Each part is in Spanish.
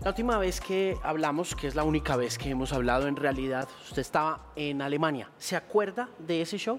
La última vez que hablamos, que es la única vez que hemos hablado en realidad, usted estaba en Alemania. ¿Se acuerda de ese show?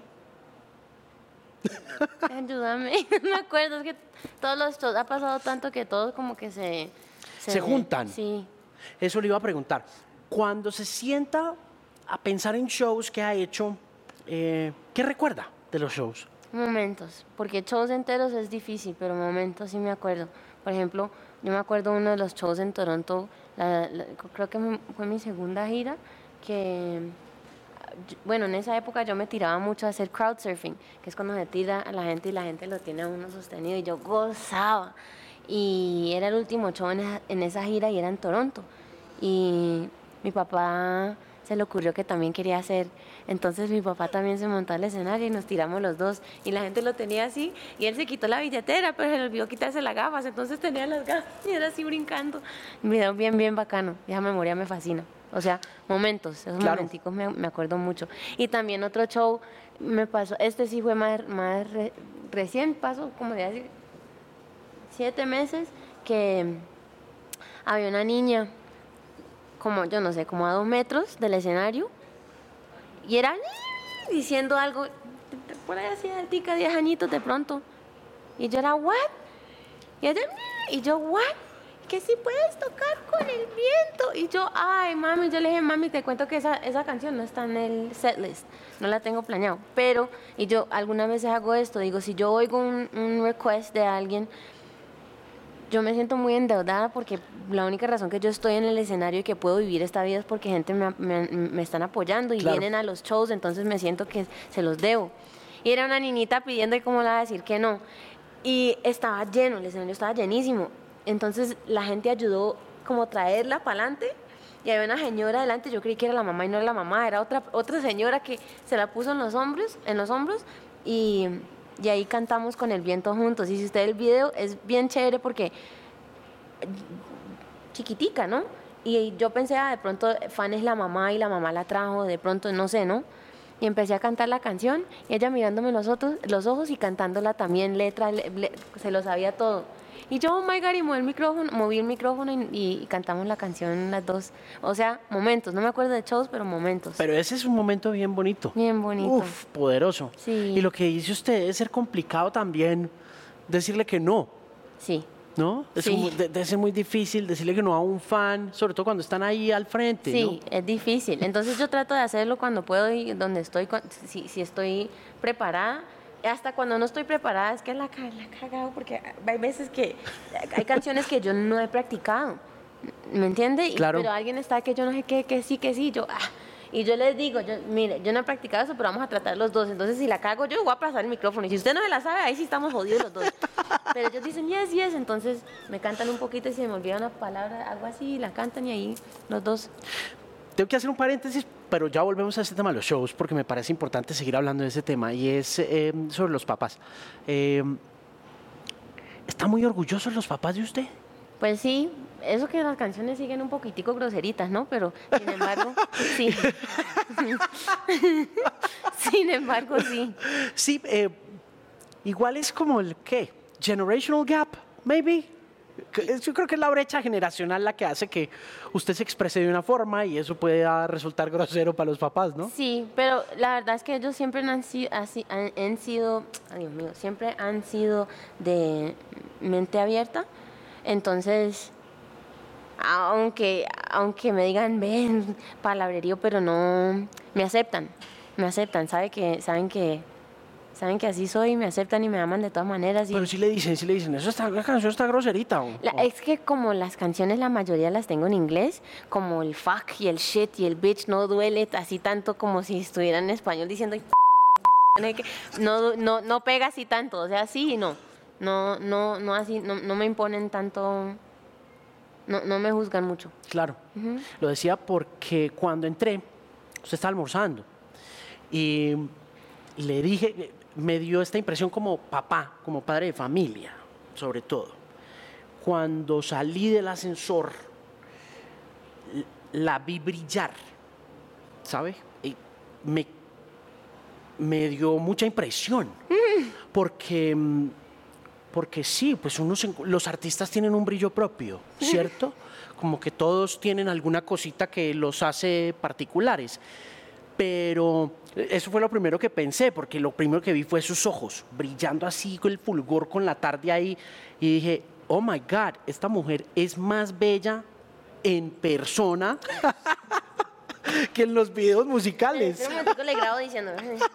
Ayúdame, no me acuerdo, es que todos los shows, ha pasado tanto que todos como que ¿Se juntan? Sí. Eso le iba a preguntar. Cuando se sienta a pensar en shows que ha hecho, ¿qué recuerda de los shows? Momentos, porque shows enteros es difícil, pero momentos sí me acuerdo. Por ejemplo, yo me acuerdo uno de los shows en Toronto, creo que fue mi segunda gira, que, bueno, en esa época yo me tiraba mucho a hacer crowdsurfing, que es cuando se tira a la gente y la gente lo tiene a uno sostenido, y yo gozaba. Y era el último show en esa gira y era en Toronto. Y mi papá se le ocurrió que también quería hacer. Entonces mi papá también se montó al escenario y nos tiramos los dos. Y la gente lo tenía así. Y él se quitó la billetera, pero se le olvidó quitarse las gafas. Entonces tenía las gafas y era así brincando. Un video bien, bien bacano. Esa memoria me fascina. O sea, momentos, esos momenticos me acuerdo mucho. Y también otro show me pasó, este sí fue más recién, pasó como de hace 7 meses, que había una niña como, yo no sé, como a 2 metros del escenario y era diciendo algo por ahí así altica, 10 añitos de pronto, y yo era what, y ella y yo what, que si puedes tocar con el viento, y yo ay mami, yo le dije mami, te cuento que esa canción no está en el setlist, no la tengo planeado, pero y yo algunas veces hago esto, digo, si yo oigo un request de alguien, yo me siento muy endeudada porque la única razón que yo estoy en el escenario y que puedo vivir esta vida es porque gente me están apoyando y vienen a los shows, entonces me siento que se los debo. Y era una niñita pidiendo y cómo le va a decir que no. Y estaba lleno, el escenario estaba llenísimo. Entonces la gente ayudó como a traerla para adelante y había una señora adelante, yo creí que era la mamá y no era la mamá, era otra señora que se la puso en los hombros y ahí cantamos con el viento juntos. Y si usted ve el video, es bien chévere porque chiquitica, ¿no? Y yo pensé, de pronto Fan es la mamá y la mamá la trajo, de pronto, no sé, ¿no? Y empecé a cantar la canción y ella mirándome los ojos y cantándola también, letra, se lo sabía todo. Y yo, oh my God, y moví el micrófono y cantamos la canción las dos. O sea, momentos, no me acuerdo de shows, pero momentos. Pero ese es un momento bien bonito. Bien bonito. Uf, poderoso. Sí. Y lo que dice usted debe ser complicado también decirle que no. Sí. ¿No? Sí. Debe ser muy difícil decirle que no a un fan, sobre todo cuando están ahí al frente. Sí, ¿no? es difícil. Entonces yo trato de hacerlo cuando puedo y donde estoy, si estoy preparada. Hasta cuando no estoy preparada es que la cagado porque hay veces que hay canciones que yo no he practicado, ¿me entiende? Claro. Pero alguien está que yo no sé qué, que sí, yo y yo les digo, mire, yo no he practicado eso, pero vamos a tratar los dos. Entonces si la cago yo voy a aplazar el micrófono y si usted no se la sabe, ahí sí estamos jodidos los dos. Pero ellos dicen yes, entonces me cantan un poquito y se me olvida una palabra, algo así, y la cantan y ahí los dos. Tengo que hacer un paréntesis, pero ya volvemos a este tema de los shows, porque me parece importante seguir hablando de ese tema, y es sobre los papás. ¿Están muy orgullosos los papás de usted? Pues sí, eso que las canciones siguen un poquitico groseritas, ¿no? Pero, sin embargo, sí. Sin embargo, sí. Sí, igual es como el, ¿qué? Generational gap, maybe. Yo creo que es la brecha generacional la que hace que usted se exprese de una forma y eso pueda resultar grosero para los papás, ¿no? Sí, pero la verdad es que ellos siempre han sido, ay Dios mío, siempre han sido de mente abierta. Entonces, aunque me digan, ven, palabrerío, pero no, me aceptan, saben que así soy, me aceptan y me aman de todas maneras. Pero sí le dicen, la canción está groserita. Es que como las canciones, la mayoría las tengo en inglés, como el fuck y el shit y el bitch no duele así tanto como si estuvieran en español diciendo no pega así tanto, o sea, sí y no así, no me imponen tanto, no me juzgan mucho. Claro, lo decía porque cuando entré, usted estaba almorzando y le dije, me dio esta impresión como papá, como padre de familia, sobre todo. Cuando salí del ascensor, la vi brillar, ¿sabe? Y me dio mucha impresión, porque porque sí, pues los artistas tienen un brillo propio, ¿cierto? Como que todos tienen alguna cosita que los hace particulares. Pero eso fue lo primero que pensé, porque lo primero que vi fue sus ojos, brillando así con el fulgor con la tarde ahí. Y dije, oh my God, esta mujer es más bella en persona que en los videos musicales. En un momentico le grabo diciendo...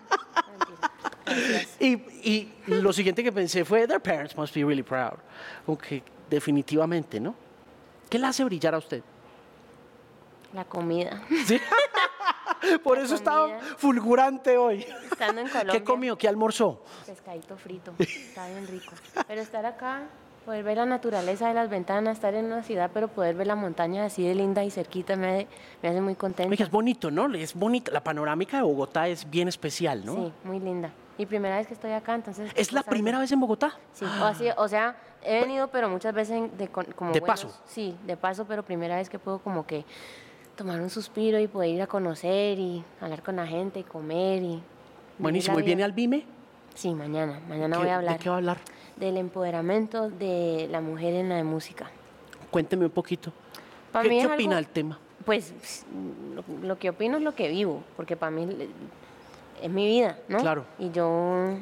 Y lo siguiente que pensé fue, their parents must be really proud. Aunque definitivamente, ¿no? ¿Qué le hace brillar a usted? La comida. ¿Sí? Por eso estaba fulgurante hoy. Estando en Colombia. ¿Qué comió? ¿Qué almorzó? Pescadito frito. Está bien rico. Pero estar acá, poder ver la naturaleza de las ventanas, estar en una ciudad, pero poder ver la montaña así de linda y cerquita me hace muy contenta. Oiga, es bonito, ¿no? Es bonito. La panorámica de Bogotá es bien especial, ¿no? Sí, muy linda. Y primera vez que estoy acá, entonces... ¿Es la primera vez en Bogotá? Sí, o sea, he venido, pero muchas veces de paso. Sí, de paso, pero primera vez que puedo como que tomar un suspiro y poder ir a conocer y hablar con la gente y comer y... Buenísimo. ¿Y viene al BIME? Sí, mañana voy a hablar. ¿De qué va a hablar? Del empoderamiento de la mujer en la música. Cuénteme un poquito. ¿Qué opina del tema? Pues lo que opino es lo que vivo, porque para mí es mi vida, ¿no? Claro. Y yo...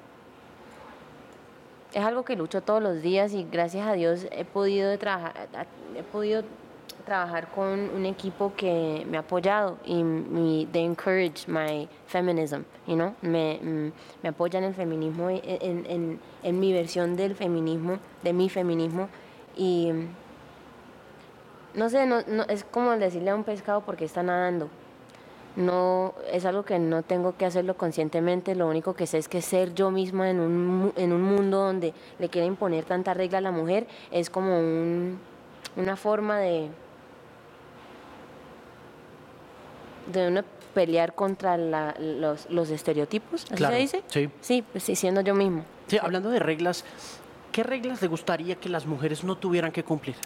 Es algo que lucho todos los días y gracias a Dios he podido trabajar con un equipo que me ha apoyado y they encourage my feminism, you know? Me apoyan el feminismo, en mi versión del feminismo, de mi feminismo. Y no sé, no, es como decirle a un pescado porque está nadando. No, es algo que no tengo que hacerlo conscientemente, lo único que sé es que ser yo misma en un mundo donde le quiere imponer tanta regla a la mujer es como una forma de uno pelear contra los estereotipos, ¿así claro, se dice? Sí. Sí, pues sí, siendo yo mismo. Sí, hablando de reglas, ¿qué reglas le gustaría que las mujeres no tuvieran que cumplir?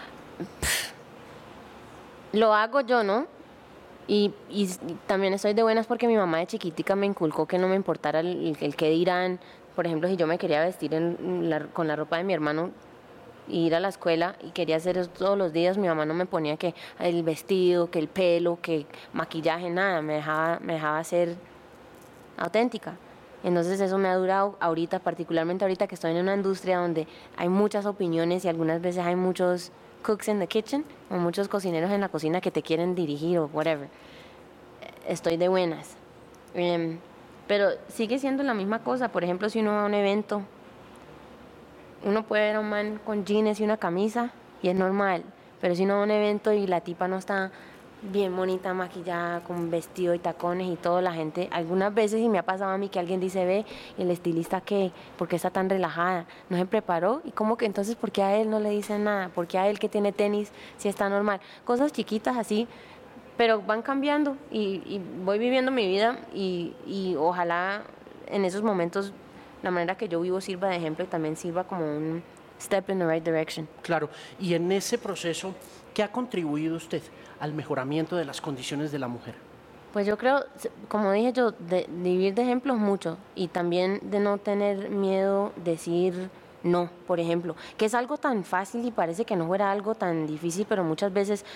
Lo hago yo, ¿no? Y también estoy de buenas porque mi mamá de chiquitica me inculcó que no me importara el que dirán. Por ejemplo, si yo me quería vestir con la ropa de mi hermano e ir a la escuela y quería hacer eso todos los días, mi mamá no me ponía que el vestido, que el pelo, que maquillaje, nada, me dejaba ser auténtica. Entonces eso me ha durado ahorita, particularmente ahorita que estoy en una industria donde hay muchas opiniones y algunas veces hay muchos cooks in the kitchen, o muchos cocineros en la cocina que te quieren dirigir o whatever. Estoy de buenas. Pero sigue siendo la misma cosa. Por ejemplo, si uno va a un evento, uno puede ver a un man con jeans y una camisa y es normal. Pero si uno va a un evento y la tipa no está bien bonita, maquillada, con vestido y tacones y todo, la gente, algunas veces, y me ha pasado a mí que alguien dice, ve, el estilista que, ¿por qué está tan relajada? ¿No se preparó? Y como que entonces, ¿por qué a él no le dicen nada? ¿Por qué a él que tiene tenis si está normal? Cosas chiquitas así, pero van cambiando y voy viviendo mi vida y ojalá en esos momentos la manera que yo vivo sirva de ejemplo y también sirva como un step in the right direction. Claro, y en ese proceso, ¿qué ha contribuido usted al mejoramiento de las condiciones de la mujer? Pues yo creo, como dije yo, de vivir de ejemplos mucho y también de no tener miedo decir no, por ejemplo, que es algo tan fácil y parece que no fuera algo tan difícil, pero muchas veces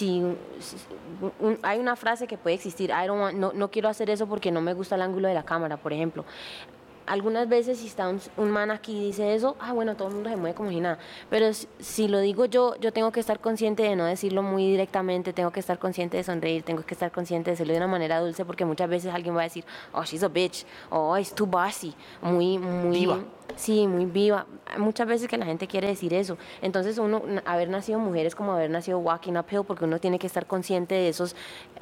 hay una frase que puede existir, no quiero hacer eso porque no me gusta el ángulo de la cámara, por ejemplo. Algunas veces si está un man aquí y dice eso, bueno, todo el mundo se mueve como si nada. Pero si lo digo yo tengo que estar consciente de no decirlo muy directamente, tengo que estar consciente de sonreír, tengo que estar consciente de decirlo de una manera dulce, porque muchas veces alguien va a decir, oh, she's a bitch, oh, it's too bossy, muy viva. Sí, muy viva. Muchas veces que la gente quiere decir eso. Entonces uno, haber nacido mujer es como haber nacido walking uphill, porque uno tiene que estar consciente de esos...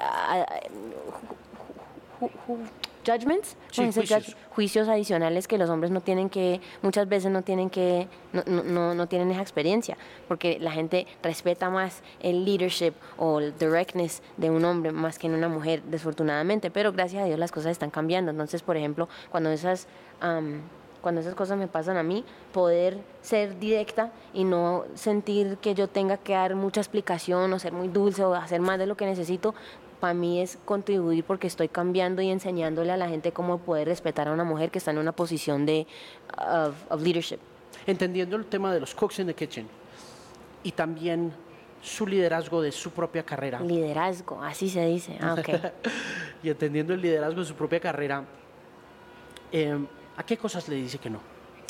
judgments, sí, juicios adicionales que los hombres no tienen que, muchas veces no tienen esa experiencia, porque la gente respeta más el leadership o el directness de un hombre más que en una mujer, desafortunadamente, pero gracias a Dios las cosas están cambiando. Entonces, por ejemplo, cuando esas cosas me pasan a mí, poder ser directa y no sentir que yo tenga que dar mucha explicación o ser muy dulce o hacer más de lo que necesito, para mí es contribuir porque estoy cambiando y enseñándole a la gente cómo poder respetar a una mujer que está en una posición of leadership. entendiendo el tema de los cooks in the kitchen y también su liderazgo de su propia carrera. Liderazgo, así se dice. Ah, ok. Y entendiendo el liderazgo de su propia carrera, ¿a qué cosas le dice que no?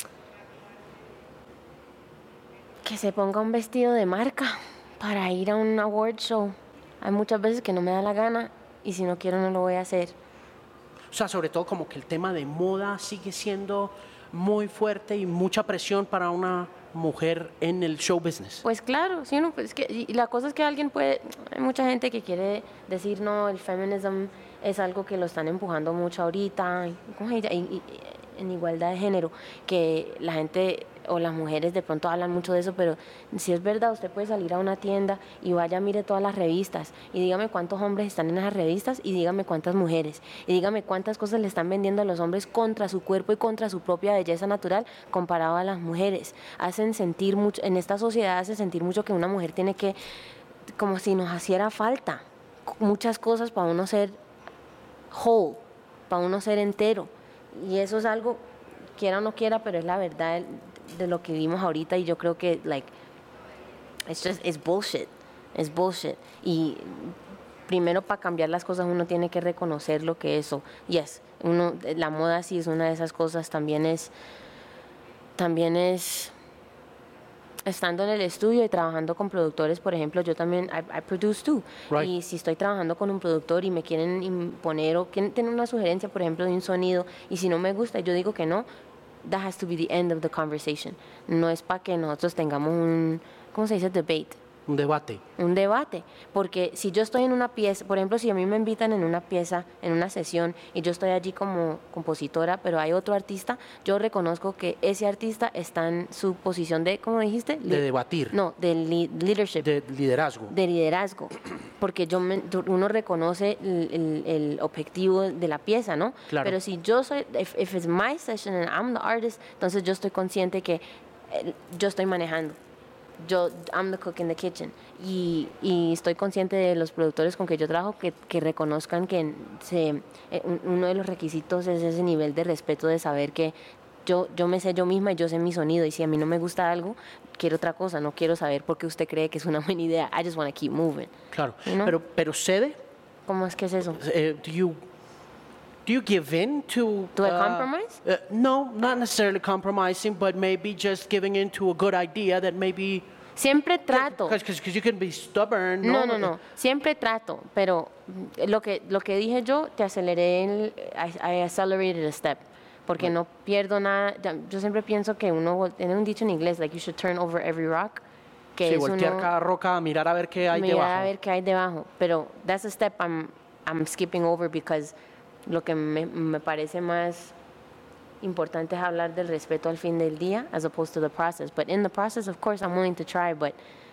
Que se ponga un vestido de marca para ir a un award show. Hay muchas veces que no me da la gana y si no quiero no lo voy a hacer. O sea, sobre todo como que el tema de moda sigue siendo muy fuerte y mucha presión para una mujer en el show business. Pues claro, sí, no, pues y la cosa es que alguien puede, hay mucha gente que quiere decir, no, el feminism es algo que lo están empujando mucho ahorita, ¿cómo se llama? En igualdad de género, que la gente o las mujeres de pronto hablan mucho de eso, pero si es verdad, usted puede salir a una tienda y vaya, mire todas las revistas y dígame cuántos hombres están en esas revistas y dígame cuántas mujeres y dígame cuántas cosas le están vendiendo a los hombres contra su cuerpo y contra su propia belleza natural comparado a las mujeres. Hacen sentir mucho, en esta sociedad hace sentir mucho que una mujer tiene que, como si nos hiciera falta muchas cosas para uno ser whole, para uno ser entero. Y eso es algo, quiera o no quiera, pero es la verdad de lo que vimos ahorita y yo creo que, like, it's bullshit. Es bullshit. Y primero para cambiar las cosas uno tiene que reconocer lo que eso, yes, la moda sí es una de esas cosas, también es estando en el estudio y trabajando con productores, por ejemplo, yo también, I produce too. Right. Y si estoy trabajando con un productor y me quieren imponer o quieren tener una sugerencia, por ejemplo, de un sonido, y si no me gusta, yo digo que no, that has to be the end of the conversation. No es para que nosotros tengamos un, ¿cómo se dice? Debate. Un debate. Un debate, porque si yo estoy en una pieza, por ejemplo, si a mí me invitan en una pieza, en una sesión, y yo estoy allí como compositora, pero hay otro artista, yo reconozco que ese artista está en su posición de, ¿cómo dijiste? De debatir. No, de leadership. De liderazgo. De liderazgo, porque uno reconoce el objetivo de la pieza, ¿no? Claro. Pero si yo soy, if it's my session and I'm the artist, entonces yo estoy consciente que yo estoy manejando. I'm the cook in the kitchen y estoy consciente de los productores con que yo trabajo que reconozcan que uno de los requisitos es ese nivel de respeto de saber que yo me sé yo misma y yo sé mi sonido y si a mí no me gusta algo, quiero otra cosa, no quiero saber por qué usted cree que es una buena idea. I just want to keep moving. Claro, You know? pero cede. ¿Cómo es que es eso? Do you give in to... Do I compromise? No, not necessarily compromising, but maybe just giving in to a good idea that maybe... Siempre trato. Because you can be stubborn. No. Siempre trato, pero lo que dije yo, te aceleré, I accelerated a step, porque no pierdo nada. Yo siempre pienso que uno, tiene un dicho en inglés, like you should turn over every rock. Que Sí, es voltear cada roca, mirar a ver qué hay debajo. Mirar a ver qué hay debajo, pero that's a step I'm skipping over because lo que me parece más importante es hablar del respeto al fin del día as opposed to the process. But in the process, of course, I'm willing to try, but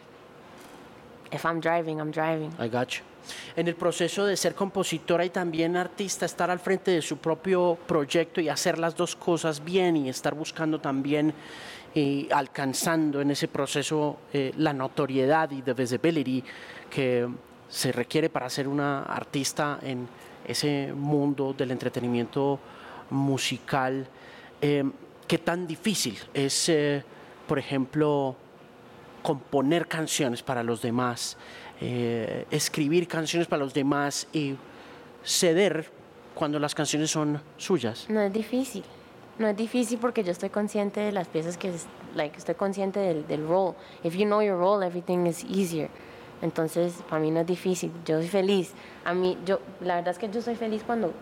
if I'm driving, I'm driving. I got you. En el proceso de ser compositora y también artista, estar al frente de su propio proyecto y hacer las dos cosas bien y estar buscando también alcanzando en ese proceso la notoriedad y the visibility que se requiere para ser una artista en ese mundo del entretenimiento musical. ¿Qué tan difícil es, por ejemplo, componer canciones para los demás, escribir canciones para los demás y ceder cuando las canciones son suyas? No es difícil. No es difícil porque yo estoy consciente de las piezas estoy consciente del role. If you know your role, everything is easier. Entonces, para mí no es difícil. Yo soy feliz. La verdad es que yo estoy feliz cuando,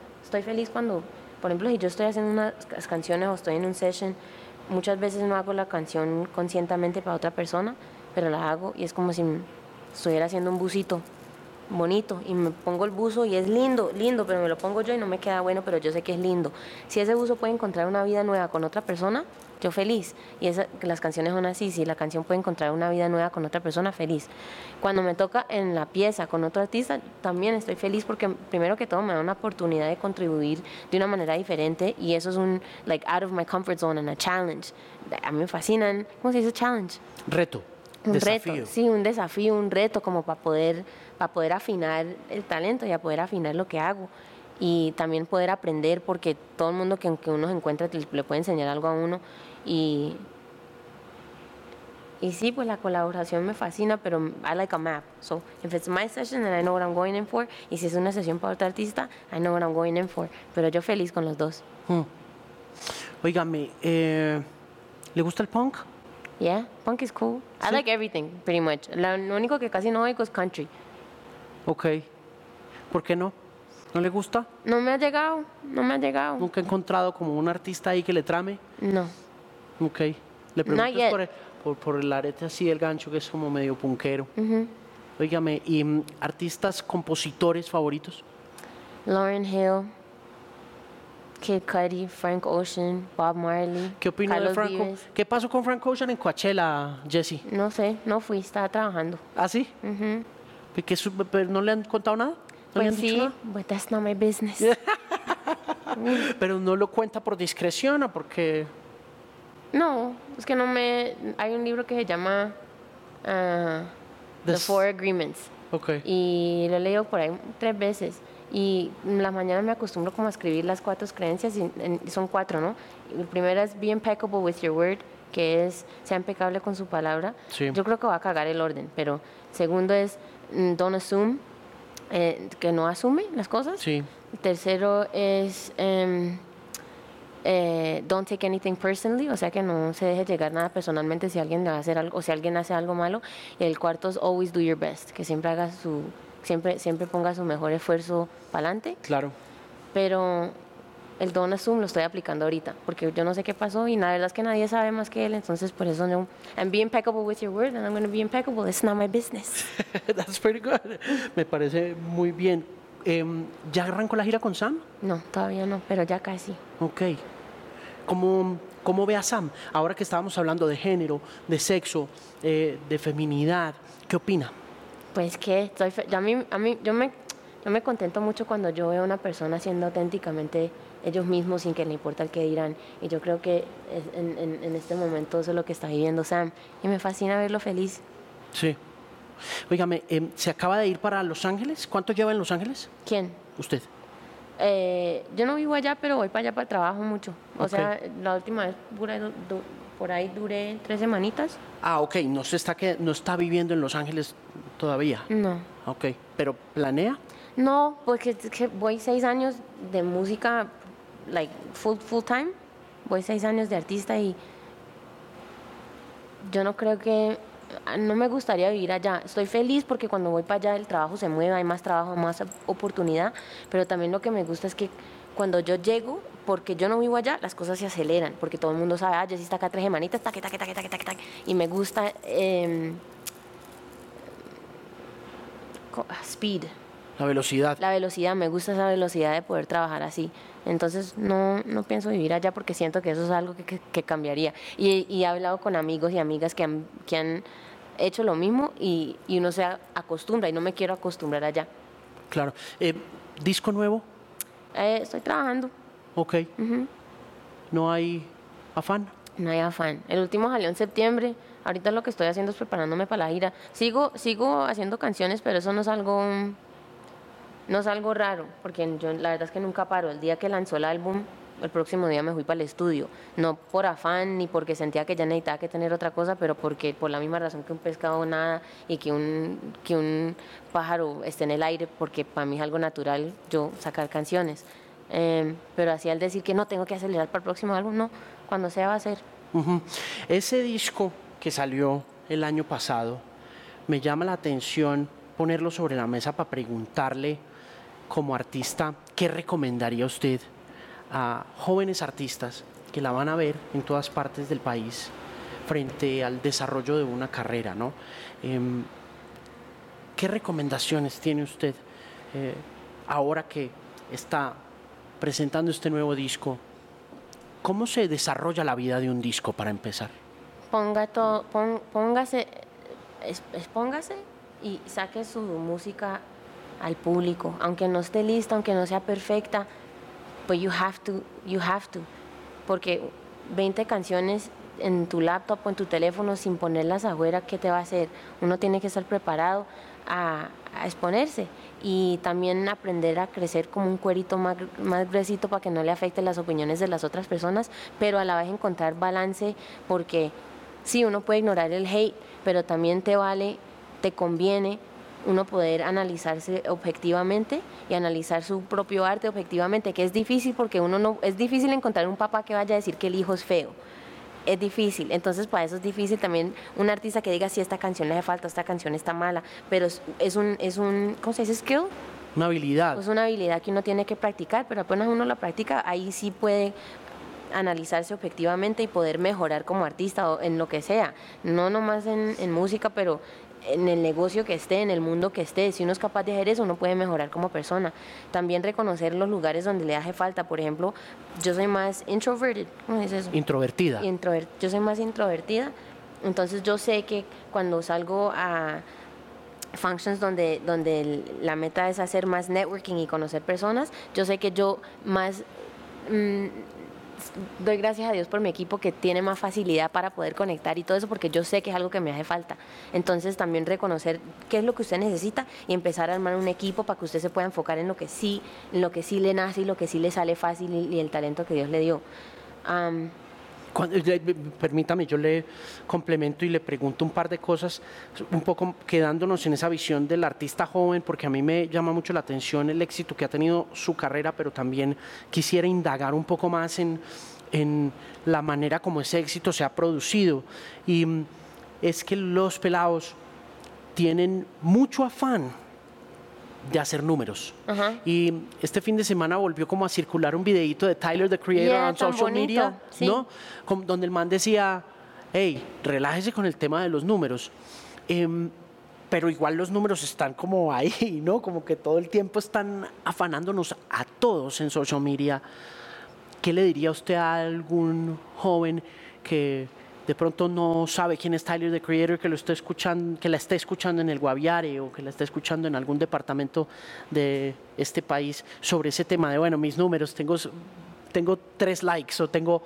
por ejemplo, si yo estoy haciendo unas canciones o estoy en un session, muchas veces no hago la canción conscientemente para otra persona, pero la hago y es como si estuviera haciendo un busito bonito y me pongo el buzo y es lindo, pero me lo pongo yo y no me queda bueno, pero yo sé que es lindo. Si ese buzo puede encontrar una vida nueva con otra persona, yo feliz. Y las canciones son así, si la canción puede encontrar una vida nueva con otra persona, feliz. Cuando me toca en la pieza con otro artista, también estoy feliz porque primero que todo me da una oportunidad de contribuir de una manera diferente y eso es un, like, out of my comfort zone and a challenge. A mí me fascinan, ¿cómo se dice challenge? Reto. Un desafío. reto, sí, un desafío, un reto como para poder afinar el talento y a poder afinar lo que hago y también poder aprender porque todo el mundo que uno se encuentra le puede enseñar algo a uno y Y sí, pues la colaboración me fascina, pero I like a map. So, if it's my session, then I know what I'm going in for. Y si es una sesión para otro artista, I know what I'm going in for. Pero yo feliz con los dos. Óigame, ¿le gusta el punk? Yeah, punk is cool. I like everything, pretty much. Lo único que casi no oigo es country. Ok. ¿Por qué no? ¿No le gusta? No me ha llegado, no me ha llegado. ¿Nunca he encontrado como un artista ahí que le trame? No. Ok. Le pregunto Not yet. por el arete así, el gancho, que es como medio punkero. Óigame, ¿y artistas, compositores favoritos? Lauryn Hill, Kid Cudi, Frank Ocean, Bob Marley, ¿Qué opina de Carlos Franco? Vives. ¿Qué pasó con Frank Ocean en Coachella, Jesse? No sé, no fui, estaba trabajando. ¿Ah, sí? ¿Pero no le han contado nada? ¿No le Pues han dicho sí, nada? but that's not my business. Pero no lo cuenta por discreción o porque... No, es que no me... Hay un libro que se llama The Des- Four Agreements Ok. y lo he leído por ahí 3 veces y en las mañanas me acostumbro como a escribir las 4 creencias y son 4, ¿no? El primero es be impeccable with your word, que es sea impecable con su palabra. Sí. Yo creo que va a cagar el orden, pero segundo es don't assume, que no asume las cosas. Sí. El tercero es don't take anything personally, o sea que no se deje llegar nada personalmente si alguien le va a hacer algo o si alguien hace algo malo. Y el cuarto es always do your best, que siempre haga siempre ponga su mejor esfuerzo para adelante. Claro. Pero el don't assume lo estoy aplicando ahorita, porque yo no sé qué pasó y la verdad es que nadie sabe más que él, entonces por eso no. And be impeccable with your word, and I'm going to be impeccable. It's not my business. That's pretty good. Me parece muy bien. ¿Ya arrancó la gira con Sam? No, todavía no, pero ya casi. Ok. ¿Cómo ve a Sam? Ahora que estábamos hablando de género, de sexo, de feminidad, ¿qué opina? Pues que yo me contento mucho cuando yo veo a una persona siendo auténticamente ellos mismos sin que le importa el que dirán. Y yo creo que en este momento eso es lo que está viviendo Sam. Y me fascina verlo feliz. Sí. Óigame, ¿se acaba de ir para Los Ángeles? ¿Cuánto lleva en Los Ángeles? ¿Quién? Usted. Yo no vivo allá, pero voy para allá para el trabajo mucho. O Ok. sea, la última vez por ahí duré 3 semanitas. Ah, ok. No está viviendo en Los Ángeles todavía. No. Ok. ¿Pero planea? No, porque es que voy 6 años de música, like full time. Voy 6 años de artista y yo no creo que, no me gustaría vivir allá. Estoy feliz porque cuando voy para allá el trabajo se mueve, hay más trabajo, más oportunidad, pero también lo que me gusta es que cuando yo llego, porque yo no vivo allá, las cosas se aceleran, porque todo el mundo sabe, Jessy está acá 3 semanitas, taque, taque, taque, taque, taque, taque, y me gusta speed. La velocidad. La velocidad, me gusta esa velocidad de poder trabajar así. Entonces no pienso vivir allá porque siento que eso es algo que cambiaría. Y he hablado con amigos y amigas que han hecho lo mismo y uno se acostumbra y no me quiero acostumbrar allá. Claro. ¿Disco nuevo? Estoy trabajando, Ok. ¿No hay afán? no hay afán. El último salió en septiembre. Ahorita lo que estoy haciendo es preparándome para la gira. Sigo haciendo canciones, pero eso no es algo raro, porque yo la verdad es que nunca paro. El día que lanzó el álbum, el próximo día me fui para el estudio. No por afán ni porque sentía que ya necesitaba que tener otra cosa, pero porque por la misma razón que un pescado nada y que un pájaro esté en el aire, porque para mí es algo natural yo sacar canciones. Pero así al decir que no tengo que acelerar para el próximo álbum, no, cuando sea va a ser. Ujú. Ese disco que salió el año pasado, me llama la atención ponerlo sobre la mesa para preguntarle como artista, ¿qué recomendaría usted a jóvenes artistas que la van a ver en todas partes del país frente al desarrollo de una carrera, ¿no? ¿Qué recomendaciones tiene usted ahora que está presentando este nuevo disco? ¿Cómo se desarrolla la vida de un disco para empezar? Póngase y saque su música al público, aunque no esté lista, aunque no sea perfecta, pues you have to, porque 20 canciones en tu laptop o en tu teléfono sin ponerlas afuera, ¿qué te va a hacer? Uno tiene que estar preparado a exponerse y también aprender a crecer como un cuerito más gruesito para que no le afecte las opiniones de las otras personas, pero a la vez encontrar balance, porque Sí, uno puede ignorar el hate, pero también te conviene uno poder analizarse objetivamente y analizar su propio arte objetivamente, que es difícil porque es difícil encontrar un papá que vaya a decir que el hijo es feo. Es difícil, entonces para eso es difícil también un artista que diga si esta canción le hace falta, esta canción está mala, pero es un, ¿cómo se dice? Skill. Una habilidad. Es una habilidad que uno tiene que practicar, pero apenas uno la practica, ahí sí puede analizarse objetivamente y poder mejorar como artista o en lo que sea, no nomás en música, pero en el negocio que esté, en el mundo que esté. Si uno es capaz de hacer eso, uno puede mejorar como persona. También reconocer los lugares donde le hace falta. Por ejemplo, yo soy más introverted. ¿Cómo es eso? Introvertida. Yo soy más introvertida. Entonces yo sé que cuando salgo a functions donde la meta es hacer más networking y conocer personas, yo sé que yo más doy gracias a Dios por mi equipo que tiene más facilidad para poder conectar y todo eso, porque yo sé que es algo que me hace falta. Entonces también reconocer qué es lo que usted necesita y empezar a armar un equipo para que usted se pueda enfocar en lo que sí le nace y lo que sí le sale fácil y el talento que Dios le dio. Permítame, yo le complemento y le pregunto un par de cosas, un poco quedándonos en esa visión del artista joven, porque a mí me llama mucho la atención el éxito que ha tenido su carrera, pero también quisiera indagar un poco más en la manera como ese éxito se ha producido. Y es que los pelados tienen mucho afán de hacer números. Y este fin de semana volvió como a circular un videíto de Tyler, the Creator, en social media, sí. ¿no? Donde el man decía, hey, relájese con el tema de los números. Pero igual los números están como ahí, ¿no? Como que todo el tiempo están afanándonos a todos en social media. ¿Qué le diría usted a algún joven que de pronto no sabe quién es Tyler, the Creator, que lo esté escuchando, que la esté escuchando en el Guaviare o que la esté escuchando en algún departamento de este país, sobre ese tema de, bueno, mis números, tengo 3 likes o tengo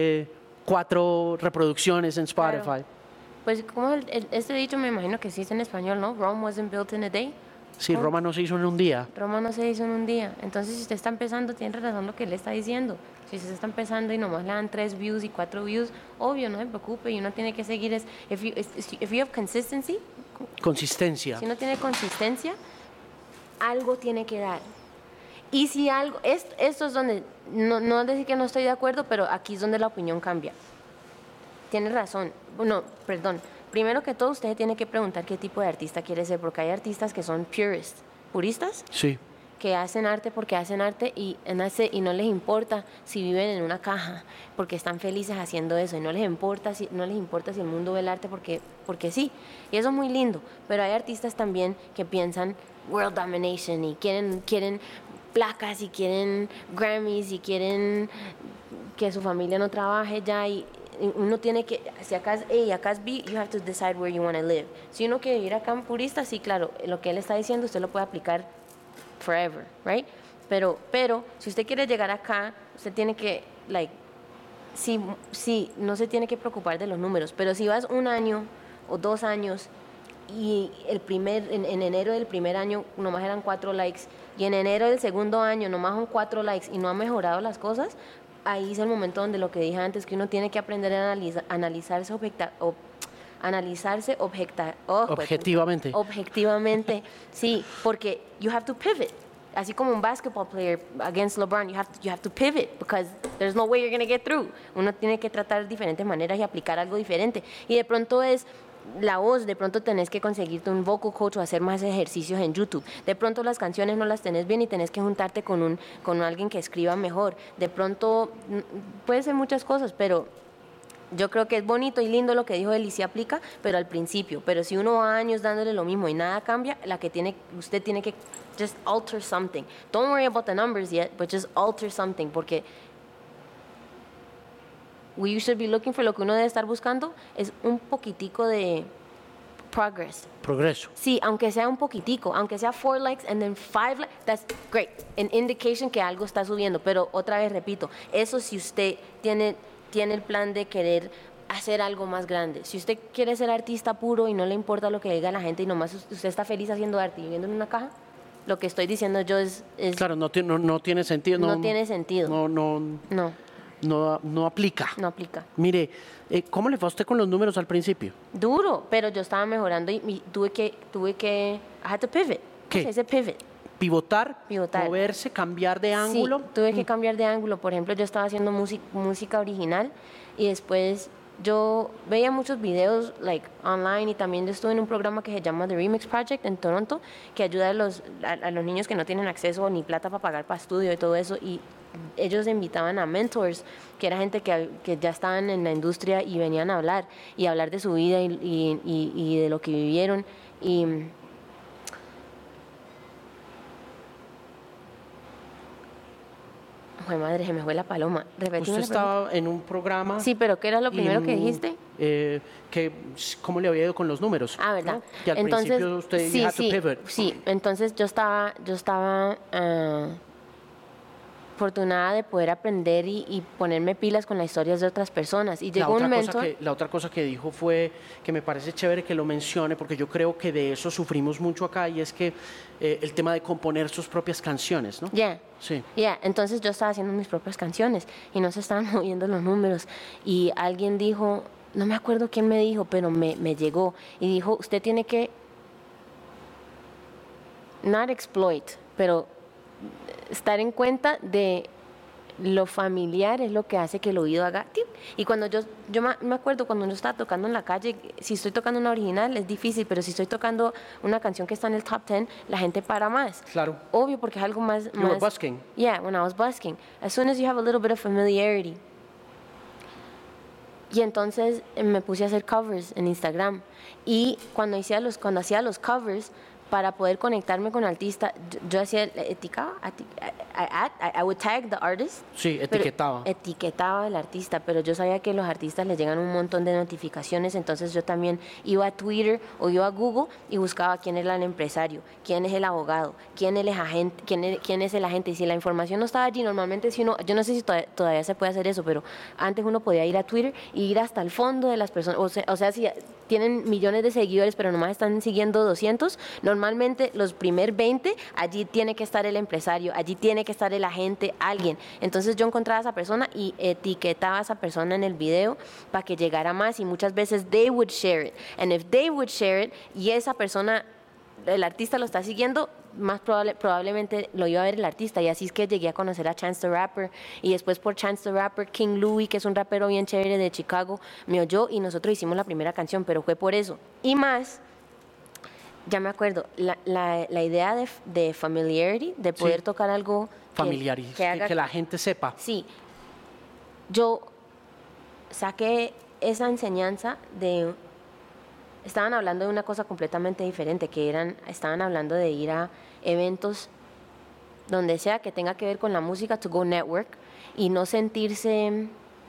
4 reproducciones en Spotify? Claro. Pues como este dicho me imagino que sí es en español, ¿no? Rome wasn't built in a day. Sí, Roma no se hizo en un día. Roma no se hizo en un día. Entonces, si usted está empezando, tiene razón lo que él está diciendo. Si usted está empezando y nomás le dan 3 views y 4 views, obvio, no se preocupe. Y uno tiene que seguir. If you have consistency. Consistencia. Si uno tiene consistencia, algo tiene que dar. Y si algo. Esto es donde. No decir que no estoy de acuerdo, pero aquí es donde la opinión cambia. Tiene razón. No, perdón. Primero que todo, usted tiene que preguntar qué tipo de artista quiere ser, porque hay artistas que son puristas, Sí. que hacen arte porque hacen arte y no les importa si viven en una caja, porque están felices haciendo eso, y no les importa si el mundo ve el arte porque sí. Y eso es muy lindo, pero hay artistas también que piensan world domination y quieren placas y quieren Grammys y quieren que su familia no trabaje ya y uno tiene que, si acá es A y acá es B, you have to decide where you want to live. Si uno quiere vivir acá en purista, sí, claro, lo que él está diciendo usted lo puede aplicar forever, right? Pero si usted quiere llegar acá, usted tiene que, sí, no se tiene que preocupar de los números, pero si vas 1 año o 2 años y en enero del primer año nomás eran 4 likes y en enero del segundo año nomás son 4 likes y no han mejorado las cosas, ahí es el momento donde lo que dije antes, que uno tiene que aprender a analizarse objetivamente. Objetivamente, sí, porque you have to pivot. Así como un basketball player against LeBron, you have to pivot because there's no way you're going to get through. Uno tiene que tratar diferentes maneras y aplicar algo diferente. Y de pronto es la voz, de pronto tenés que conseguirte un vocal coach o hacer más ejercicios en YouTube. De pronto las canciones no las tenés bien y tenés que juntarte con alguien que escriba mejor. De pronto puede ser muchas cosas, pero yo creo que es bonito y lindo lo que dijo él y sí aplica, pero al principio. Pero si uno va años dándole lo mismo y nada cambia, usted tiene que just alter something. Don't worry about the numbers yet, but just alter something, porque we should be looking for, lo que uno debe estar buscando es un poquitico de progreso. Sí, aunque sea un poquitico, aunque sea 4 likes and then 5 likes, that's great. An indication que algo está subiendo, pero otra vez repito, eso si usted tiene el plan de querer hacer algo más grande. Si usted quiere ser artista puro y no le importa lo que diga la gente y nomás usted está feliz haciendo arte y viviendo en una caja, lo que estoy diciendo yo es claro, no tiene sentido. No tiene sentido. No. no aplica. No aplica. Mire, ¿cómo le fue a usted con los números al principio? Duro, pero yo estaba mejorando y tuve que, I had to pivot. ¿Qué? Se dice pivot. Pivotar, Pivotar. moverse, cambiar de ángulo. Sí, tuve que cambiar de ángulo. Por ejemplo, yo estaba haciendo música original y después yo veía muchos videos online y también yo estuve en un programa que se llama The Remix Project en Toronto, que ayuda a los niños que no tienen acceso ni plata para pagar para estudio y todo eso. Y ellos invitaban a mentors, que era gente que ya estaban en la industria y venían a hablar de su vida y de lo que vivieron. Joder, madre, se me fue la paloma. Repetime Usted la estaba en un programa. Sí, pero ¿qué era lo primero que dijiste? ¿Cómo le había ido con los números? Ah, ¿verdad? ¿No? Y al principio usted sí, had to pivot. sí. Entonces yo estaba afortunada de poder aprender y ponerme pilas con las historias de otras personas. Y llegó un momento... La otra cosa que dijo fue que me parece chévere que lo mencione, porque yo creo que de eso sufrimos mucho acá, y es que el tema de componer sus propias canciones, ¿no? Sí. Entonces yo estaba haciendo mis propias canciones y no se estaban moviendo los números. Y alguien dijo, no me acuerdo quién me dijo, pero me llegó y dijo, usted tiene que not exploit, pero estar en cuenta de lo familiar es lo que hace que el oído haga tip. Y cuando yo me acuerdo cuando yo estaba tocando en la calle, si estoy tocando una original es difícil, pero si estoy tocando una canción que está en el top 10, la gente para más. Claro. Obvio, porque es algo más... You were busking. Yeah, when I was busking. As soon as you have a little bit of familiarity. Y entonces me puse a hacer covers en Instagram. Y cuando hacía los covers, para poder conectarme con el artista, yo hacía, etiquetaba, I would tag the artist. Sí, etiquetaba. Etiquetaba al artista, pero yo sabía que a los artistas les llegan un montón de notificaciones, entonces yo también iba a Twitter o iba a Google y buscaba quién era el empresario, quién es el abogado, quién es el agente. Y si la información no estaba allí, normalmente si uno, yo no sé si todavía se puede hacer eso, pero antes uno podía ir a Twitter y ir hasta el fondo de las personas, o sea si tienen millones de seguidores, pero nomás están siguiendo 200, normalmente los primer 20, allí tiene que estar el empresario, allí tiene que estar el agente, alguien. Entonces yo encontraba a esa persona y etiquetaba a esa persona en el video para que llegara más, y muchas veces they would share it. And if they would share it y esa persona, el artista lo está siguiendo, más probablemente lo iba a ver el artista, y así es que llegué a conocer a Chance the Rapper, y después por Chance the Rapper, King Louie, que es un rapero bien chévere de Chicago, me oyó y nosotros hicimos la primera canción, pero fue por eso. Y más, ya me acuerdo, la idea de familiarity, de poder tocar algo familiar, que la gente sepa. Sí, yo saqué esa enseñanza de... Estaban hablando de una cosa completamente diferente, estaban hablando de ir a eventos donde sea que tenga que ver con la música, to go network, y no sentirse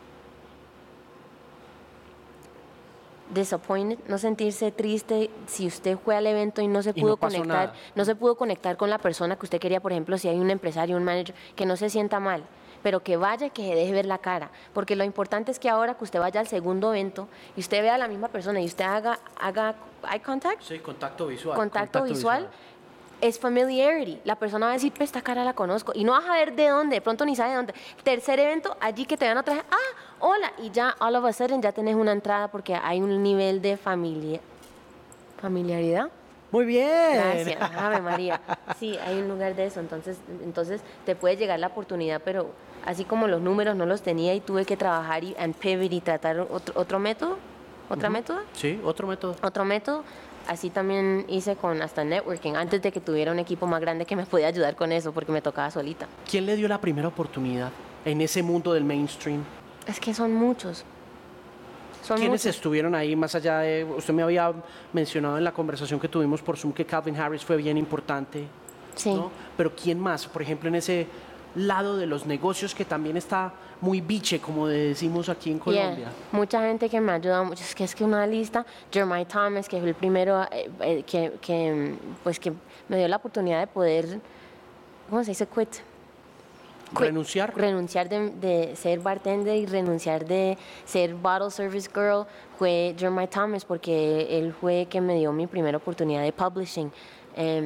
disappointed, no sentirse triste si usted fue al evento y no se pudo conectar, no se pudo conectar con la persona que usted quería. Por ejemplo, si hay un empresario, un manager, que no se sienta mal, pero que vaya y que se deje ver la cara, porque lo importante es que ahora que usted vaya al segundo evento y usted vea a la misma persona y usted haga eye contact, sí, contacto visual, contacto visual, es familiarity. La persona va a decir, pues esta cara la conozco, y no vas a ver de dónde, de pronto ni sabe de dónde. Tercer evento, allí que te vean otra vez, hola, y ya all of a sudden ya tenés una entrada porque hay un nivel de familiaridad. Muy bien. Gracias, Ave María. Sí, hay un lugar de eso, entonces te puede llegar la oportunidad, pero así como los números no los tenía y tuve que trabajar y pivot y tratar otro método, ¿otra método? Sí, otro método. Otro método. Así también hice con hasta networking, antes de que tuviera un equipo más grande que me podía ayudar con eso, porque me tocaba solita. ¿Quién le dio la primera oportunidad en ese mundo del mainstream? Es que son muchos. ¿Quiénes estuvieron ahí más allá de...? Usted me había mencionado en la conversación que tuvimos por Zoom que Calvin Harris fue bien importante. Sí. ¿No? Pero ¿quién más? Por ejemplo, en ese lado de los negocios que también está muy biche, como decimos aquí en Colombia. Mucha gente que me ha ayudado mucho. Es que una lista, Jeremiah Thomas, que fue el primero que me dio la oportunidad de poder, ¿cómo se dice? Renunciar de ser bartender y renunciar de ser bottle service girl, fue Jeremiah Thomas, porque él fue que me dio mi primera oportunidad de publishing.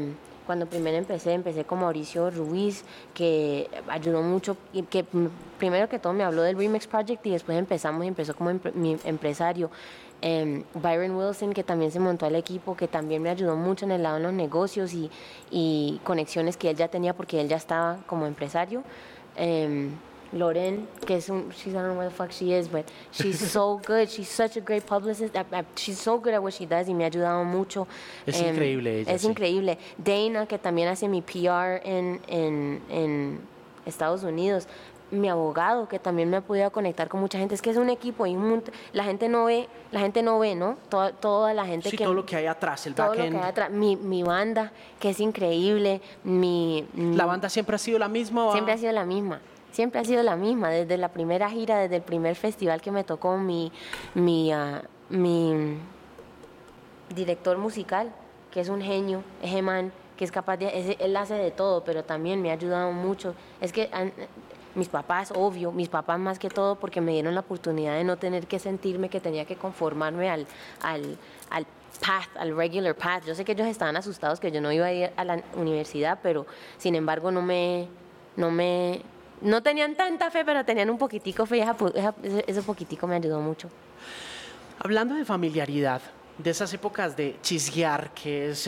cuando primero empecé con Mauricio Ruiz, que ayudó mucho, y que primero que todo me habló del Remix Project y después empezó como mi empresario. Byron Wilson, que también se montó al equipo, que también me ayudó mucho en el lado de los negocios y conexiones que él ya tenía porque él ya estaba como empresario. Loren, que es I don't know where the fuck she is, but she's so good. She's such a great publicist. She's so good at what she does y me ha ayudado mucho. Es increíble ella. Es increíble. Dana, que también hace mi PR en Estados Unidos. Mi abogado, que también me ha podido conectar con mucha gente. Es que es un equipo y la gente no ve, ¿no? Toda la gente sí, que... todo lo que hay atrás, el todo backend. Lo que hay atrás. Mi banda, que es increíble. ¿La banda siempre ha sido la misma? Siempre ha sido la misma. Siempre ha sido la misma, desde la primera gira, desde el primer festival que me tocó mi director musical, que es un genio, ese man, que es capaz de, él hace de todo, pero también me ha ayudado mucho. Es que mis papás, obvio, mis papás más que todo, porque me dieron la oportunidad de no tener que sentirme que tenía que conformarme al path, al regular path. Yo sé que ellos estaban asustados que yo no iba a ir a la universidad, pero sin embargo no tenían tanta fe, pero tenían un poquitico fe y ese poquitico me ayudó mucho. Hablando de familiaridad, de esas épocas de chisguear, que es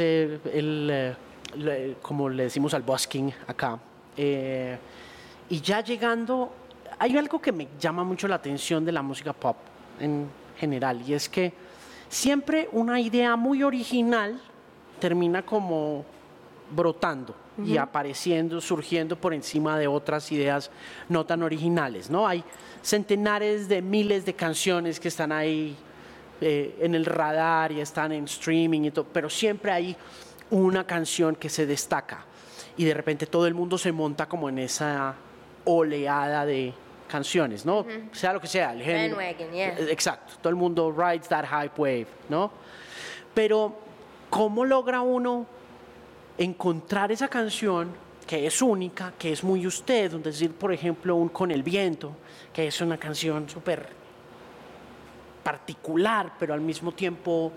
como le decimos al busking acá, y ya llegando, hay algo que me llama mucho la atención de la música pop en general, y es que siempre una idea muy original termina como brotando y apareciendo, surgiendo por encima de otras ideas no tan originales, ¿no? Hay centenares de miles de canciones que están ahí en el radar y están en streaming y todo, pero siempre hay una canción que se destaca y de repente todo el mundo se monta como en esa oleada de canciones, ¿no? Sea lo que sea, el género. Bandwagon, yeah. Exacto, todo el mundo rides that hype wave, ¿no? Pero ¿cómo logra uno encontrar esa canción que es única, que es muy usted? Es decir, por ejemplo, un Con el Viento, que es una canción súper particular, pero al mismo tiempo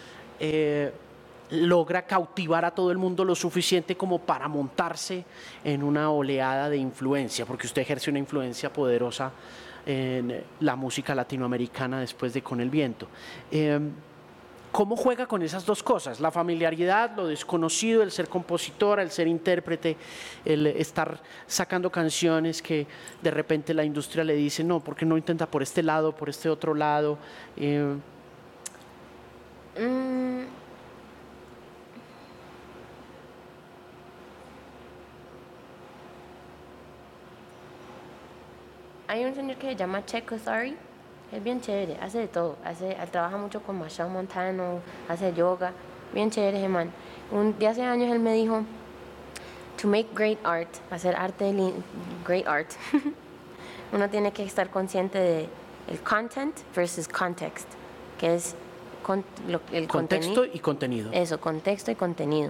logra cautivar a todo el mundo lo suficiente como para montarse en una oleada de influencia, porque usted ejerce una influencia poderosa en la música latinoamericana después de Con el Viento. ¿Cómo juega con esas dos cosas? La familiaridad, lo desconocido, el ser compositora, el ser intérprete, el estar sacando canciones que de repente la industria le dice, no, ¿por qué no intenta por este lado, por este otro lado? Hay un señor que se llama Checo Sorry. Es bien chévere, hace de todo, trabaja mucho con Machel Montano, hace yoga, bien chévere ese man. De hace años él me dijo, to make great art, hacer great art, uno tiene que estar consciente de el content versus context, que es el contexto y contenido. Eso, contexto y contenido.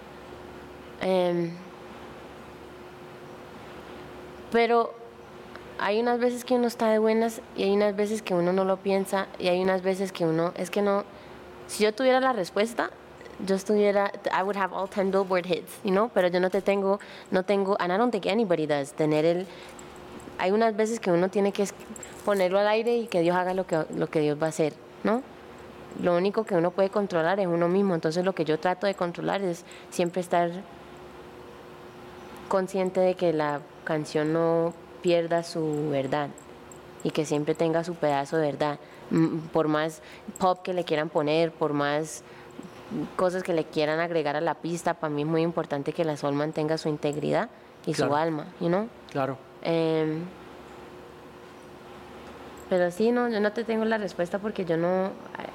Pero hay unas veces que uno está de buenas y hay unas veces que uno no lo piensa y hay unas veces que uno, es que no, si yo tuviera la respuesta, I would have all time Billboard hits, you know, pero yo no tengo, and I don't think anybody does, hay unas veces que uno tiene que ponerlo al aire y que Dios haga lo que Dios va a hacer, ¿no? Lo único que uno puede controlar es uno mismo, entonces lo que yo trato de controlar es siempre estar consciente de que la canción no pierda su verdad y que siempre tenga su pedazo de verdad, por más pop que le quieran poner, por más cosas que le quieran agregar a la pista, para mí es muy importante que la soul mantenga su integridad y su alma, you know? Claro. Pero sí, no, yo no te tengo la respuesta porque yo no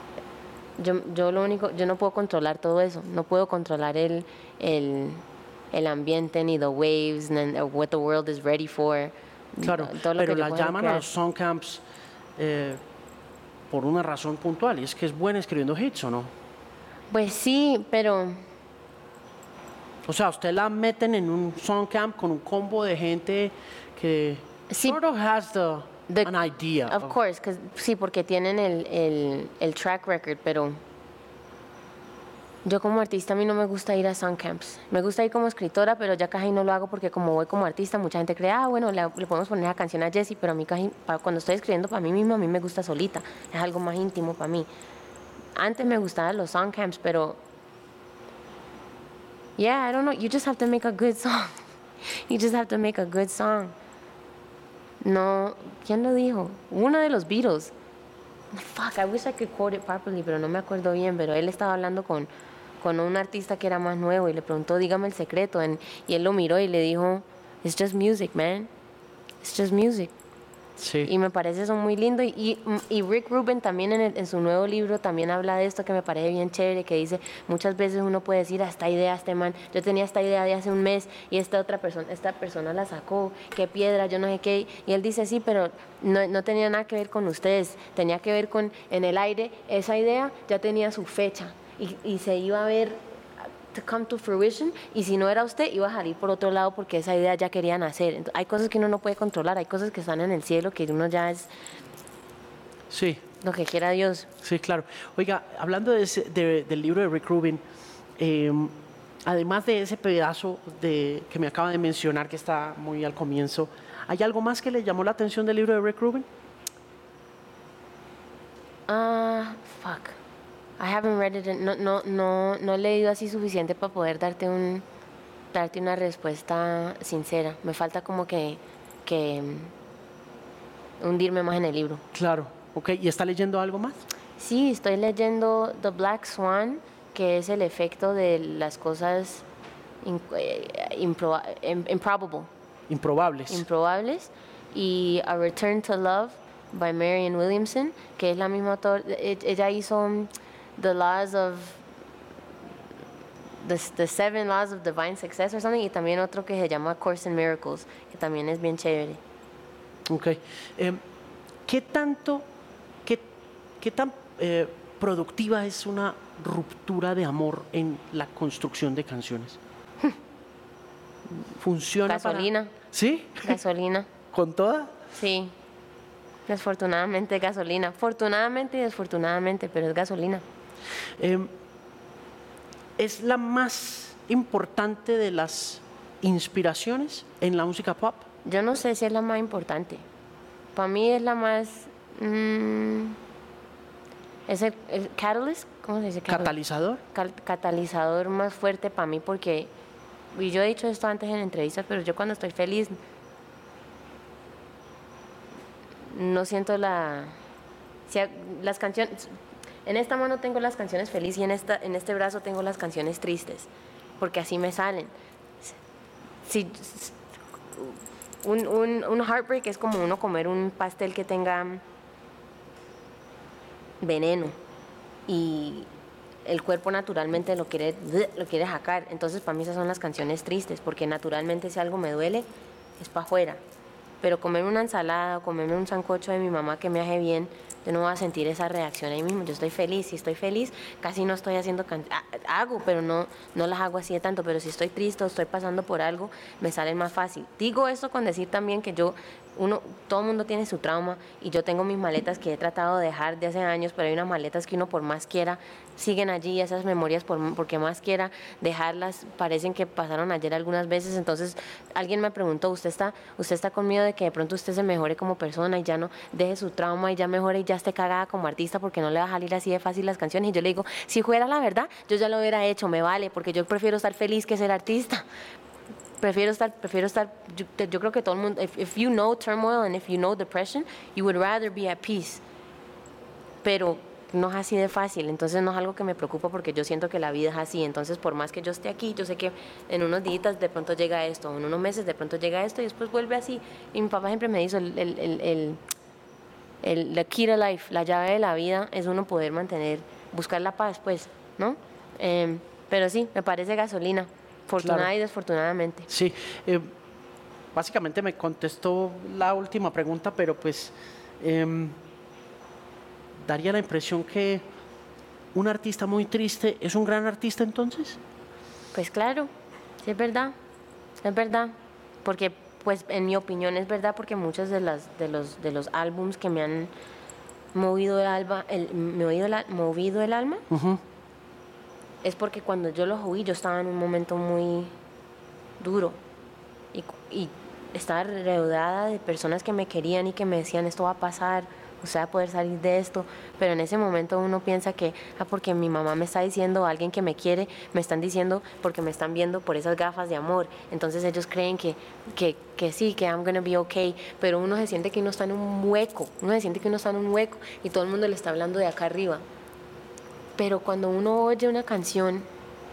puedo controlar todo eso, no puedo controlar el ambiente ni the waves ni what the world is ready for. Claro, pero la llaman a los song camps por una razón puntual, y es que es buena escribiendo hits, ¿o no? Pues sí, pero... O sea, usted la meten en un song camp con un combo de gente que sort of has an idea. Of course, sí, porque tienen el track record, pero Yo como artista a mí no me gusta ir a song camps. Me gusta ir como escritora, pero ya casi no lo hago porque como voy como artista, mucha gente cree, bueno, le podemos poner la canción a Jessie, pero a mí casi, cuando estoy escribiendo para mí misma, a mí me gusta solita. Es algo más íntimo para mí. Antes me gustaban los song camps, pero... Yeah, I don't know. You just have to make a good song. You just have to make a good song. No, ¿quién lo dijo? Uno de los Beatles. Fuck, I wish I could quote it properly, pero no me acuerdo bien, pero él estaba hablando con un artista que era más nuevo y le preguntó, dígame el secreto, y él lo miró y le dijo, it's just music, man, it's just music. Sí. Y me parece eso muy lindo, y Rick Rubin también en su nuevo libro también habla de esto que me parece bien chévere, que dice, muchas veces uno puede decir, esta idea, este man, yo tenía esta idea de hace un mes y esta persona la sacó, qué piedra, yo no sé qué, y él dice, sí, pero no tenía nada que ver con ustedes, tenía que ver con, en el aire, esa idea ya tenía su fecha, y se iba a ver to come to fruition, y si no era usted, iba a salir por otro lado porque esa idea ya quería nacer. Entonces, hay cosas que uno no puede controlar, hay cosas que están en el cielo que uno ya es Sí. lo que quiera Dios. Sí, claro. Oiga, hablando del libro de Rick Rubin, además de ese pedazo que me acaba de mencionar, que está muy al comienzo, ¿hay algo más que le llamó la atención del libro de Rick Rubin? Fuck. I haven't read it. No he leído así suficiente para poder darte una respuesta sincera. Me falta como que hundirme más en el libro. Claro. Ok, ¿y está leyendo algo más? Sí, estoy leyendo The Black Swan, que es el efecto de las cosas improbables, y A Return to Love by Marianne Williamson, que es la misma autora. Ella hizo The Seven Laws of Divine Success or something, y también otro que se llama Course in Miracles, que también es bien chévere. Ok. ¿Qué tan productiva es una ruptura de amor en la construcción de canciones? ¿Funciona? Gasolina. ¿Sí? Gasolina. ¿Con toda? Sí. Desfortunadamente gasolina. Afortunadamente y desfortunadamente, pero es gasolina. ¿Es la más importante de las inspiraciones en la música pop? Yo no sé si es la más importante. Para mí es la más... es el catalyst, ¿cómo se dice? ¿Catalizador? Catalizador más fuerte para mí, porque... Y yo he dicho esto antes en entrevistas, pero yo cuando estoy feliz... no siento las canciones. En esta mano tengo las canciones felices y en este brazo tengo las canciones tristes, porque así me salen. Un heartbreak es como uno comer un pastel que tenga veneno y el cuerpo naturalmente lo quiere sacar. Entonces para mí esas son las canciones tristes, porque naturalmente si algo me duele es para afuera. Pero comerme una ensalada o comerme un sancocho de mi mamá que me hace bien, yo no voy a sentir esa reacción ahí mismo. Yo estoy feliz. Si estoy feliz, casi no estoy haciendo hago, pero no las hago así de tanto. Pero si estoy triste o estoy pasando por algo, me sale más fácil. Digo esto con decir también que todo el mundo tiene su trauma, y yo tengo mis maletas que he tratado de dejar de hace años, pero hay unas maletas que uno por más quiera siguen allí, esas memorias porque más quiera dejarlas parecen que pasaron ayer algunas veces. Entonces alguien me preguntó, ¿usted está con miedo de que de pronto usted se mejore como persona y ya no deje su trauma y ya mejore y ya esté cagada como artista porque no le va a salir así de fácil las canciones? Y yo le digo, si fuera la verdad, yo ya lo hubiera hecho, me vale, porque yo prefiero estar feliz que ser artista. Prefiero estar, yo creo que todo el mundo, if you know turmoil and if you know depression, you would rather be at peace. Pero no es así de fácil, entonces no es algo que me preocupa porque yo siento que la vida es así. Entonces por más que yo esté aquí, yo sé que en unos días de pronto llega esto, en unos meses de pronto llega esto y después vuelve así. Y mi papá siempre me dijo, the key to life, la llave de la vida es uno poder buscar la paz, pues, ¿no? Pero sí, me parece gasolina. Afortunada Claro. y desfortunadamente. Sí, básicamente me contestó la última pregunta, pero pues daría la impresión que un artista muy triste es un gran artista entonces. Pues claro, sí es verdad, porque pues en mi opinión es verdad, porque muchos de los álbums que me han movido el alma, es porque cuando yo los oí, yo estaba en un momento muy duro y estaba rodeada de personas que me querían y que me decían, esto va a pasar, usted va a poder salir de esto, pero en ese momento uno piensa que, porque mi mamá me está diciendo, alguien que me quiere, me están diciendo porque me están viendo por esas gafas de amor, entonces ellos creen que sí, que I'm gonna be okay, pero uno se siente que uno está en un hueco, y todo el mundo le está hablando de acá arriba. Pero cuando uno oye una canción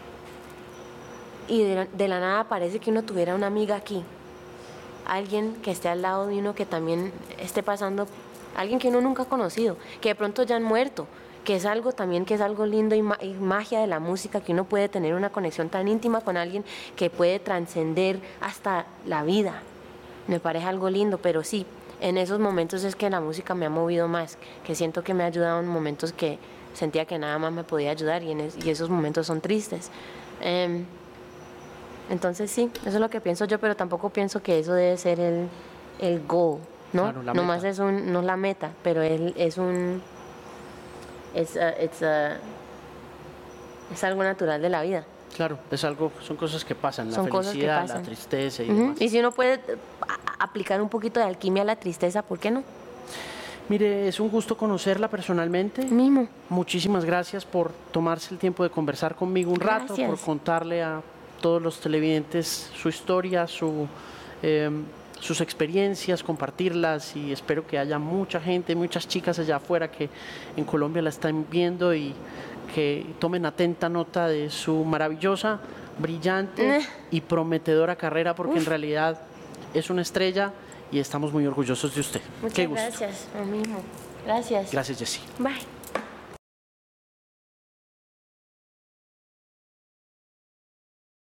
y de la nada parece que uno tuviera una amiga aquí, alguien que esté al lado de uno que también esté pasando, alguien que uno nunca ha conocido, que de pronto ya han muerto, que es algo también que es algo lindo y magia de la música, que uno puede tener una conexión tan íntima con alguien que puede trascender hasta la vida. Me parece algo lindo, pero sí, en esos momentos es que la música me ha movido más, que siento que me ha ayudado en momentos que sentía que nada más me podía ayudar y esos momentos son tristes. Entonces sí, eso es lo que pienso yo, pero tampoco pienso que eso debe ser el goal, ¿no? Claro, la Nomás meta. no es la meta, pero es algo natural de la vida. Claro, son cosas que pasan, la Son cosas que felicidad, la pasan. tristeza y Ujú. demás. Y si uno puede aplicar un poquito de alquimia a la tristeza, ¿por qué no? Mire, es un gusto conocerla personalmente. Mismo. Muchísimas gracias por tomarse el tiempo de conversar conmigo un rato, Gracias. por contarle a todos los televidentes su historia, sus experiencias, compartirlas, y espero que haya mucha gente, muchas chicas allá afuera que en Colombia la están viendo y que tomen atenta nota de su maravillosa, brillante y prometedora carrera, porque en realidad es una estrella y estamos muy orgullosos de usted. Muchas Qué gusto. gracias. Lo mismo. Gracias. Gracias, Jessie. Bye.